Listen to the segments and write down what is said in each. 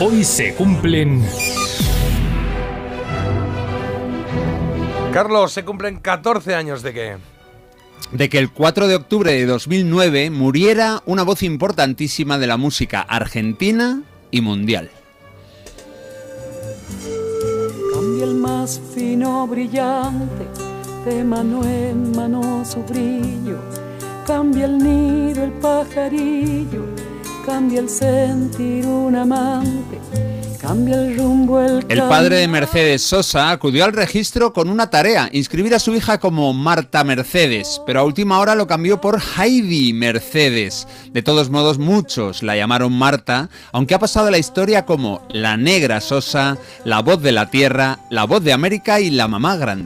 Hoy se cumplen... Carlos, se cumplen 14 años ¿de qué? De que el 4 de octubre de 2009 muriera una voz importantísima de la música argentina y mundial. Cambia el más fino brillante, de mano en mano su brillo. Cambia el nido, el pajarillo, cambia el sentir un amante. Cambia el rumbo, el padre de Mercedes Sosa acudió al registro con una tarea, inscribir a su hija como Marta Mercedes, pero a última hora lo cambió por Heidi Mercedes. De todos modos, muchos la llamaron Marta, aunque ha pasado a la historia como la Negra Sosa, la voz de la tierra, la voz de América y la mamá grande.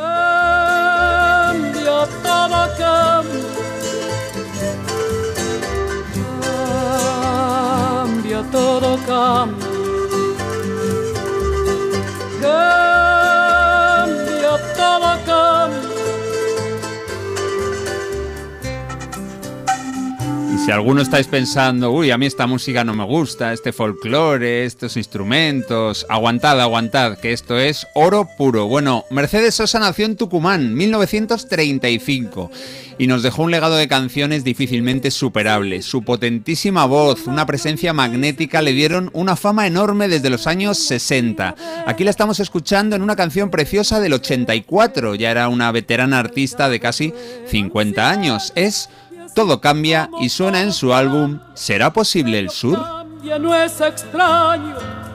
Cambia, todo cambia. Cambia, todo cambia. Cambia, todo cambia. Y si alguno estáis pensando, uy, a mí esta música no me gusta, este folclore, estos instrumentos, aguantad, que esto es oro puro. Bueno, Mercedes Sosa nació en Tucumán, 1935, y nos dejó un legado de canciones difícilmente superable. Su potentísima voz, una presencia magnética le dieron una fama enorme desde los años 60. Aquí la estamos escuchando en una canción preciosa del 84, ya era una veterana artista de casi 50 años. Es Todo cambia y suena en su álbum ¿Será posible el sur? Cambia, no es extraño.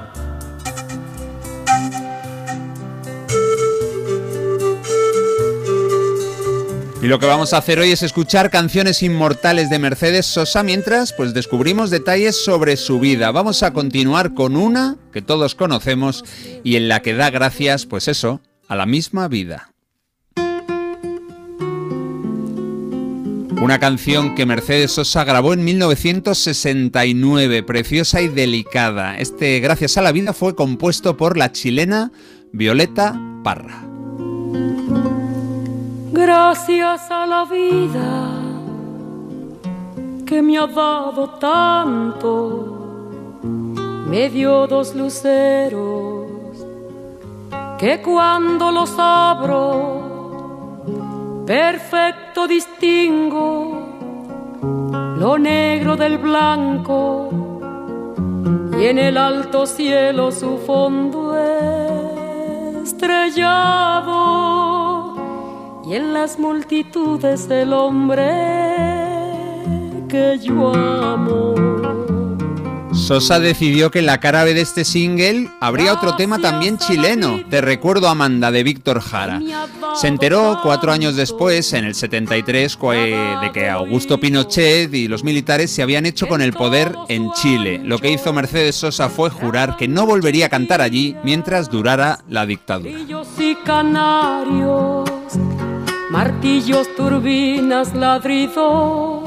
Y lo que vamos a hacer hoy es escuchar canciones inmortales de Mercedes Sosa mientras pues descubrimos detalles sobre su vida. Vamos a continuar con una que todos conocemos y en la que da gracias, pues eso, a la misma vida. Una canción que Mercedes Sosa grabó en 1969, preciosa y delicada. Este Gracias a la vida fue compuesto por la chilena Violeta Parra. Gracias a la vida que me ha dado tanto, me dio dos luceros que cuando los abro perfecto distingo lo negro del blanco y en el alto cielo su fondo estrellado y en las multitudes el hombre que yo amo. Sosa decidió que en la cara B de este single habría otro tema también chileno, Te recuerdo Amanda, de Víctor Jara. Se enteró 4 años después, en el 73, de que Augusto Pinochet y los militares se habían hecho con el poder en Chile. Lo que hizo Mercedes Sosa fue jurar que no volvería a cantar allí mientras durara la dictadura. Y canarios, martillos, turbinas, ladridos,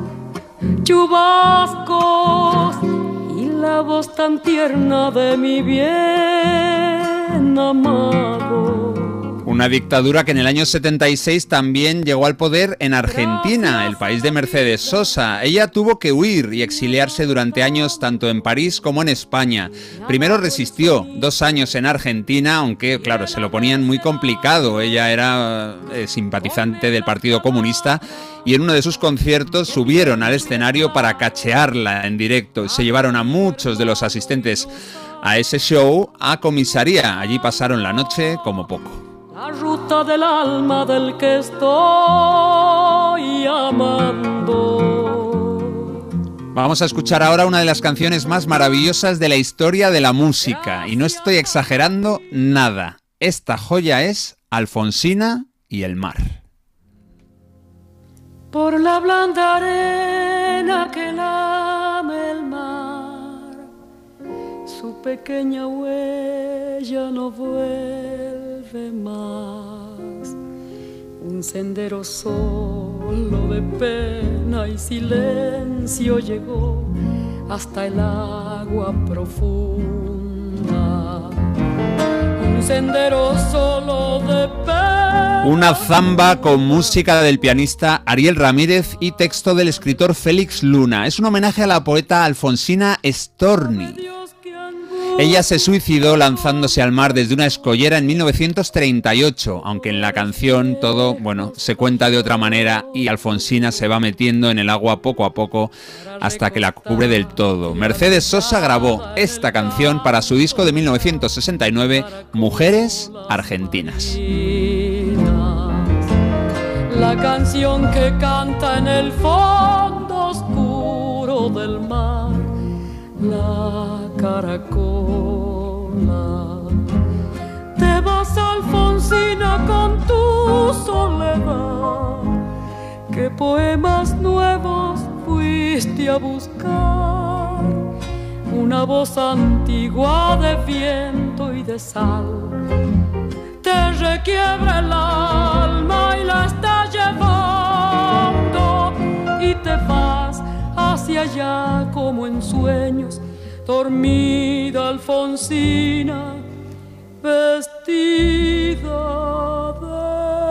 chubascos y la voz tan tierna de mi bien amado. Una dictadura que en el año 76 también llegó al poder en Argentina, el país de Mercedes Sosa. Ella tuvo que huir y exiliarse durante años tanto en París como en España. Primero resistió 2 años en Argentina, aunque claro, se lo ponían muy complicado. Ella era simpatizante del Partido Comunista y en uno de sus conciertos subieron al escenario para cachearla en directo. Se llevaron a muchos de los asistentes a ese show a comisaría. Allí pasaron la noche como poco. La ruta del alma del que estoy amando. Vamos a escuchar ahora una de las canciones más maravillosas de la historia de la música. Y no estoy exagerando nada. Esta joya es Alfonsina y el mar. Por la blanda arena que lame el mar, su pequeña huella no vuelve más. Un sendero solo de pena y silencio llegó hasta el agua profunda. Un sendero solo de pena. Una zamba con música del pianista Ariel Ramírez y texto del escritor Félix Luna. Es un homenaje a la poeta Alfonsina Storni. Ella se suicidó lanzándose al mar desde una escollera en 1938, aunque en la canción todo, bueno, se cuenta de otra manera y Alfonsina se va metiendo en el agua poco a poco hasta que la cubre del todo. Mercedes Sosa grabó esta canción para su disco de 1969, Mujeres Argentinas. La canción que canta en el fondo oscuro del mar, la caracola. Te vas, Alfonsina, con tu soledad. ¿Qué poemas nuevos fuiste a buscar? Una voz antigua de viento y de sal te requiebra el alma y la estás llevando, y te vas hacia allá como en sueños, dormida Alfonsina, vestida de mar.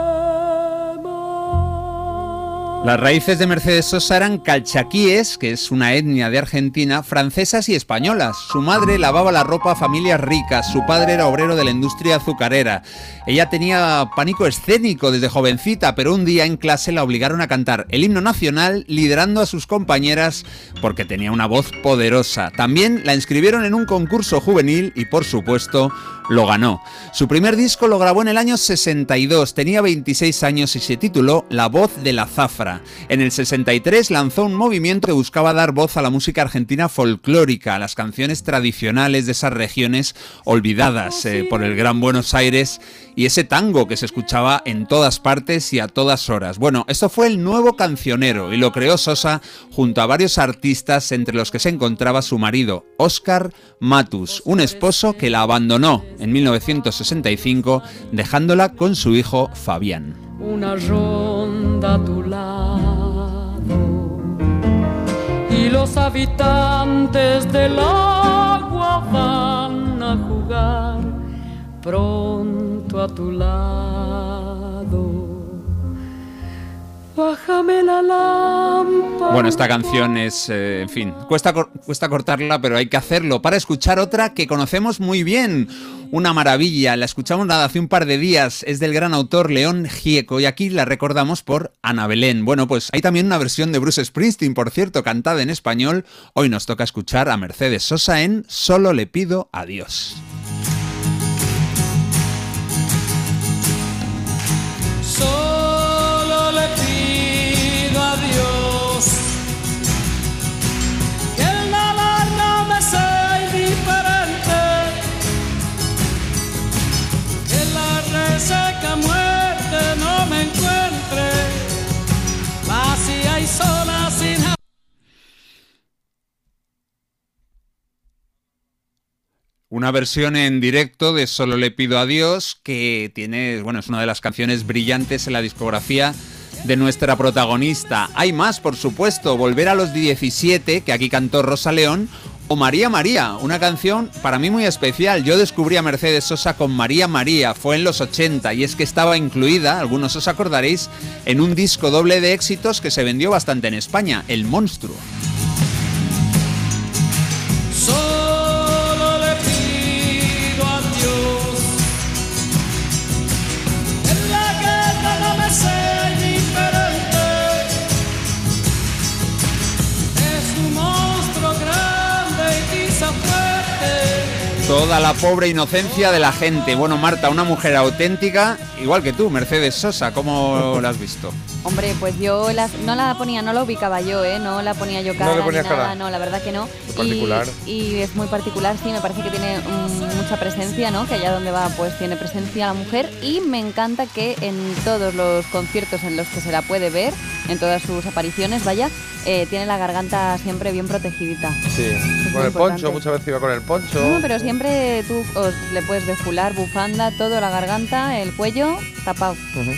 Las raíces de Mercedes Sosa eran calchaquíes, que es una etnia de Argentina, francesas y españolas. Su madre lavaba la ropa a familias ricas, su padre era obrero de la industria azucarera. Ella tenía pánico escénico desde jovencita, pero un día en clase la obligaron a cantar el himno nacional liderando a sus compañeras porque tenía una voz poderosa. También la inscribieron en un concurso juvenil y, por supuesto, lo ganó. Su primer disco lo grabó en el año 62, tenía 26 años y se tituló La voz de la zafra. En el 63 lanzó un movimiento que buscaba dar voz a la música argentina folclórica, a las canciones tradicionales de esas regiones olvidadas por el Gran Buenos Aires y ese tango que se escuchaba en todas partes y a todas horas. Bueno, esto fue el nuevo cancionero y lo creó Sosa junto a varios artistas, entre los que se encontraba su marido, Óscar Matus, un esposo que la abandonó en 1965, dejándola con su hijo Fabián. Una ronda a tu lado y los habitantes del agua van a jugar pronto a tu lado. Bájame la lámpara. Bueno, esta canción es, en fin, cuesta cortarla, pero hay que hacerlo para escuchar otra que conocemos muy bien. Una maravilla, la escuchamos nada hace un par de días, es del gran autor León Gieco y aquí la recordamos por Ana Belén. Bueno, pues hay también una versión de Bruce Springsteen, por cierto, cantada en español. Hoy nos toca escuchar a Mercedes Sosa en Solo le pido a Dios. Solo le pido a Dios que en la larga me sea indiferente, que la reseca muerte no me encuentre vacía y sola sin amor. Una versión en directo de Solo le pido a Dios, que tiene, bueno, es una de las canciones brillantes en la discografía de nuestra protagonista. Hay más, por supuesto, Volver a los 17, que aquí cantó Rosa León, o María María, una canción para mí muy especial. Yo descubrí a Mercedes Sosa con María María, fue en los 80, y es que estaba incluida, algunos os acordaréis, en un disco doble de éxitos que se vendió bastante en España, El Monstruo. Toda la pobre inocencia de la gente. Bueno, Marta, una mujer auténtica, igual que tú, Mercedes Sosa, ¿cómo la has visto? Hombre, pues yo no la ponía, no la ubicaba yo, no la ponía yo cara, ¿No le ponías ni nada, cara? no, la verdad que no. Muy particular. Y es muy particular, sí, me parece que tiene mucha presencia, ¿no? Que allá donde va, pues tiene presencia la mujer, y me encanta que en todos los conciertos en los que se la puede ver, en todas sus apariciones, vaya, tiene la garganta siempre bien protegidita. Sí, con el poncho, muchas veces iba con el poncho. No, pero siempre tú le puedes desfular, bufanda, todo, la garganta, el cuello, tapado. Uh-huh.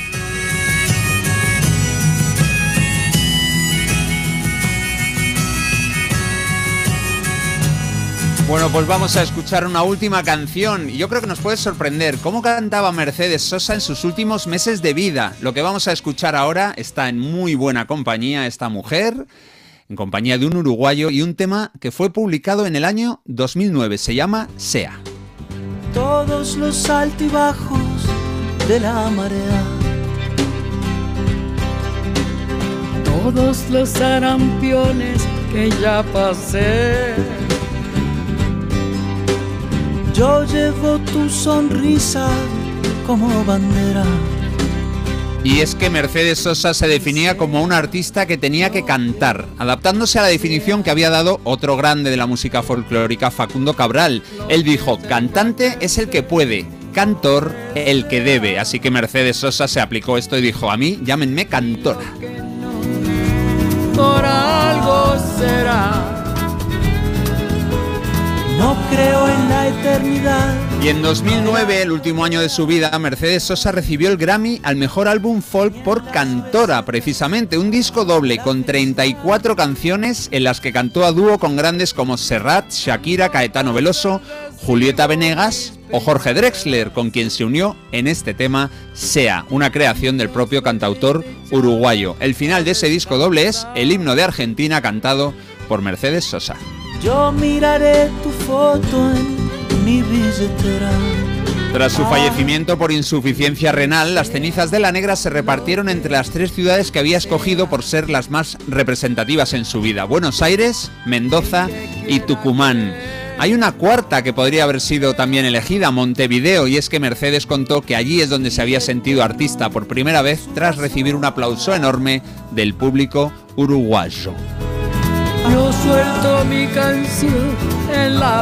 Bueno, pues vamos a escuchar una última canción y yo creo que nos puede sorprender cómo cantaba Mercedes Sosa en sus últimos meses de vida. Lo que vamos a escuchar ahora está en muy buena compañía esta mujer. en compañía de un uruguayo, y un tema que fue publicado en el año 2009, se llama Sea. Todos los altibajos de la marea, todos los sarampiones que ya pasé, yo llevo tu sonrisa como bandera. Y es que Mercedes Sosa se definía como una artista que tenía que cantar, adaptándose a la definición que había dado otro grande de la música folclórica, Facundo Cabral. Él dijo: cantante es el que puede, cantor el que debe. Así que Mercedes Sosa se aplicó esto y dijo: a mí llámenme cantora. por algo será. No creo en la eternidad. Y en 2009, el último año de su vida, Mercedes Sosa recibió el Grammy al mejor álbum folk por Cantora, precisamente, un disco doble con 34 canciones en las que cantó a dúo con grandes como Serrat, Shakira, Caetano Veloso, Julieta Venegas o Jorge Drexler, con quien se unió en este tema Sea, una creación del propio cantautor uruguayo. El final de ese disco doble es el himno de Argentina cantado por Mercedes Sosa. Yo miraré tu foto en mi billetera. Tras su fallecimiento por insuficiencia renal, las cenizas de La Negra se repartieron entre las 3 ciudades que había escogido por ser las más representativas en su vida: Buenos Aires, Mendoza y Tucumán. Hay una cuarta que podría haber sido también elegida, Montevideo, y es que Mercedes contó que allí es donde se había sentido artista por primera vez tras recibir un aplauso enorme del público uruguayo. Yo suelto mi canción en la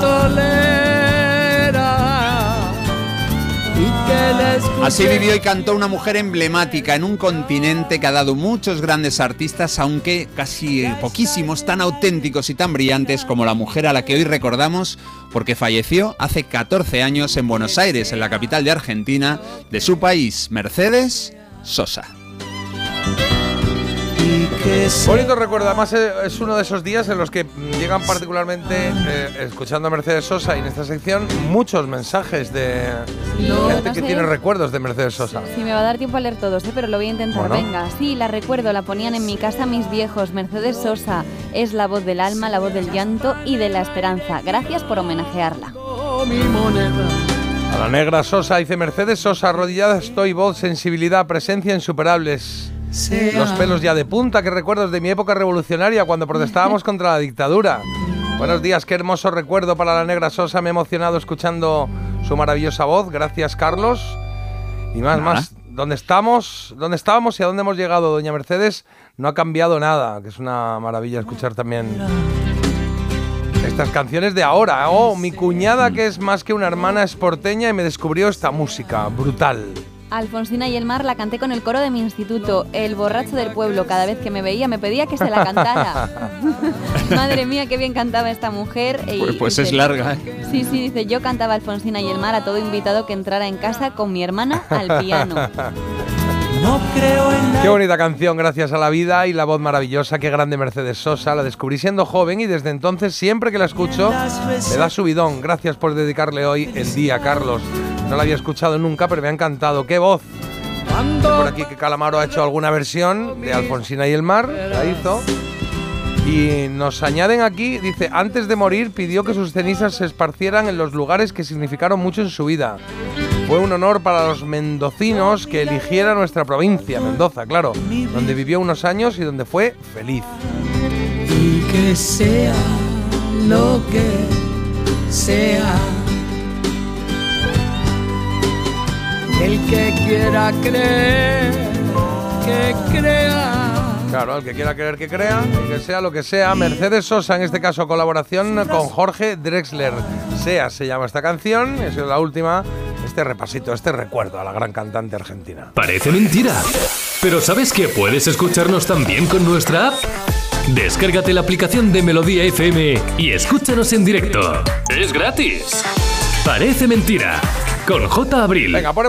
ventolera y que la escuche. Así vivió y cantó una mujer emblemática en un continente que ha dado muchos grandes artistas, aunque casi poquísimos tan auténticos y tan brillantes como la mujer a la que hoy recordamos, porque falleció hace 14 años en Buenos Aires, en la capital de Argentina, de su país, Mercedes Sosa. Bonito recuerdo, además es uno de esos días en los que llegan particularmente, escuchando a Mercedes Sosa y en esta sección, muchos mensajes de gente que tiene recuerdos de Mercedes Sosa. Sí, me va a dar tiempo a leer todos, pero lo voy a intentar. Bueno. Venga, sí, la recuerdo, la ponían en mi casa mis viejos. Mercedes Sosa es la voz del alma, la voz del llanto y de la esperanza. Gracias por homenajearla. Mi moneda. A la negra Sosa, dice Mercedes Sosa, arrodillada estoy, voz, sensibilidad, presencia insuperables. Los pelos ya de punta, qué recuerdos de mi época revolucionaria cuando protestábamos contra la dictadura. Buenos días, qué hermoso recuerdo para la negra Sosa, me he emocionado escuchando su maravillosa voz, gracias Carlos. Y más, ¿dónde estábamos y a dónde hemos llegado, doña Mercedes? No ha cambiado nada, que es una maravilla escuchar también estas canciones de ahora. Oh, mi cuñada, que es más que una hermana, es porteña y me descubrió esta música brutal. Alfonsina y el mar la canté con el coro de mi instituto. El borracho del pueblo, cada vez que me veía, me pedía que se la cantara. Madre mía, qué bien cantaba esta mujer. Pues dice, es larga, ¿eh? Sí, dice, yo cantaba Alfonsina y el mar a todo invitado que entrara en casa con mi hermana al piano. No creo en la... Qué bonita canción, gracias a la vida y la voz maravillosa, qué grande Mercedes Sosa. La descubrí siendo joven y desde entonces, siempre que la escucho, me da subidón. Gracias por dedicarle hoy el día, Carlos. No la había escuchado nunca, pero me ha encantado. ¡Qué voz! Por aquí que Calamaro ha hecho alguna versión de Alfonsina y el mar, la hizo. Y nos añaden aquí, dice, antes de morir pidió que sus cenizas se esparcieran en los lugares que significaron mucho en su vida. Fue un honor para los mendocinos que eligiera nuestra provincia, Mendoza, claro, donde vivió unos años y donde fue feliz. Y que sea lo que sea, el que quiera creer, que crea. Claro, el que quiera creer que crea, y que sea lo que sea. Mercedes Sosa, en este caso, colaboración con Jorge Drexler. Sea se llama esta canción, es la última. Este repasito, este recuerdo a la gran cantante argentina. Parece mentira, pero ¿sabes que puedes escucharnos también con nuestra app? Descárgate la aplicación de Melodía FM y escúchanos en directo. ¡Es gratis! Parece mentira, con J. Abril. Venga,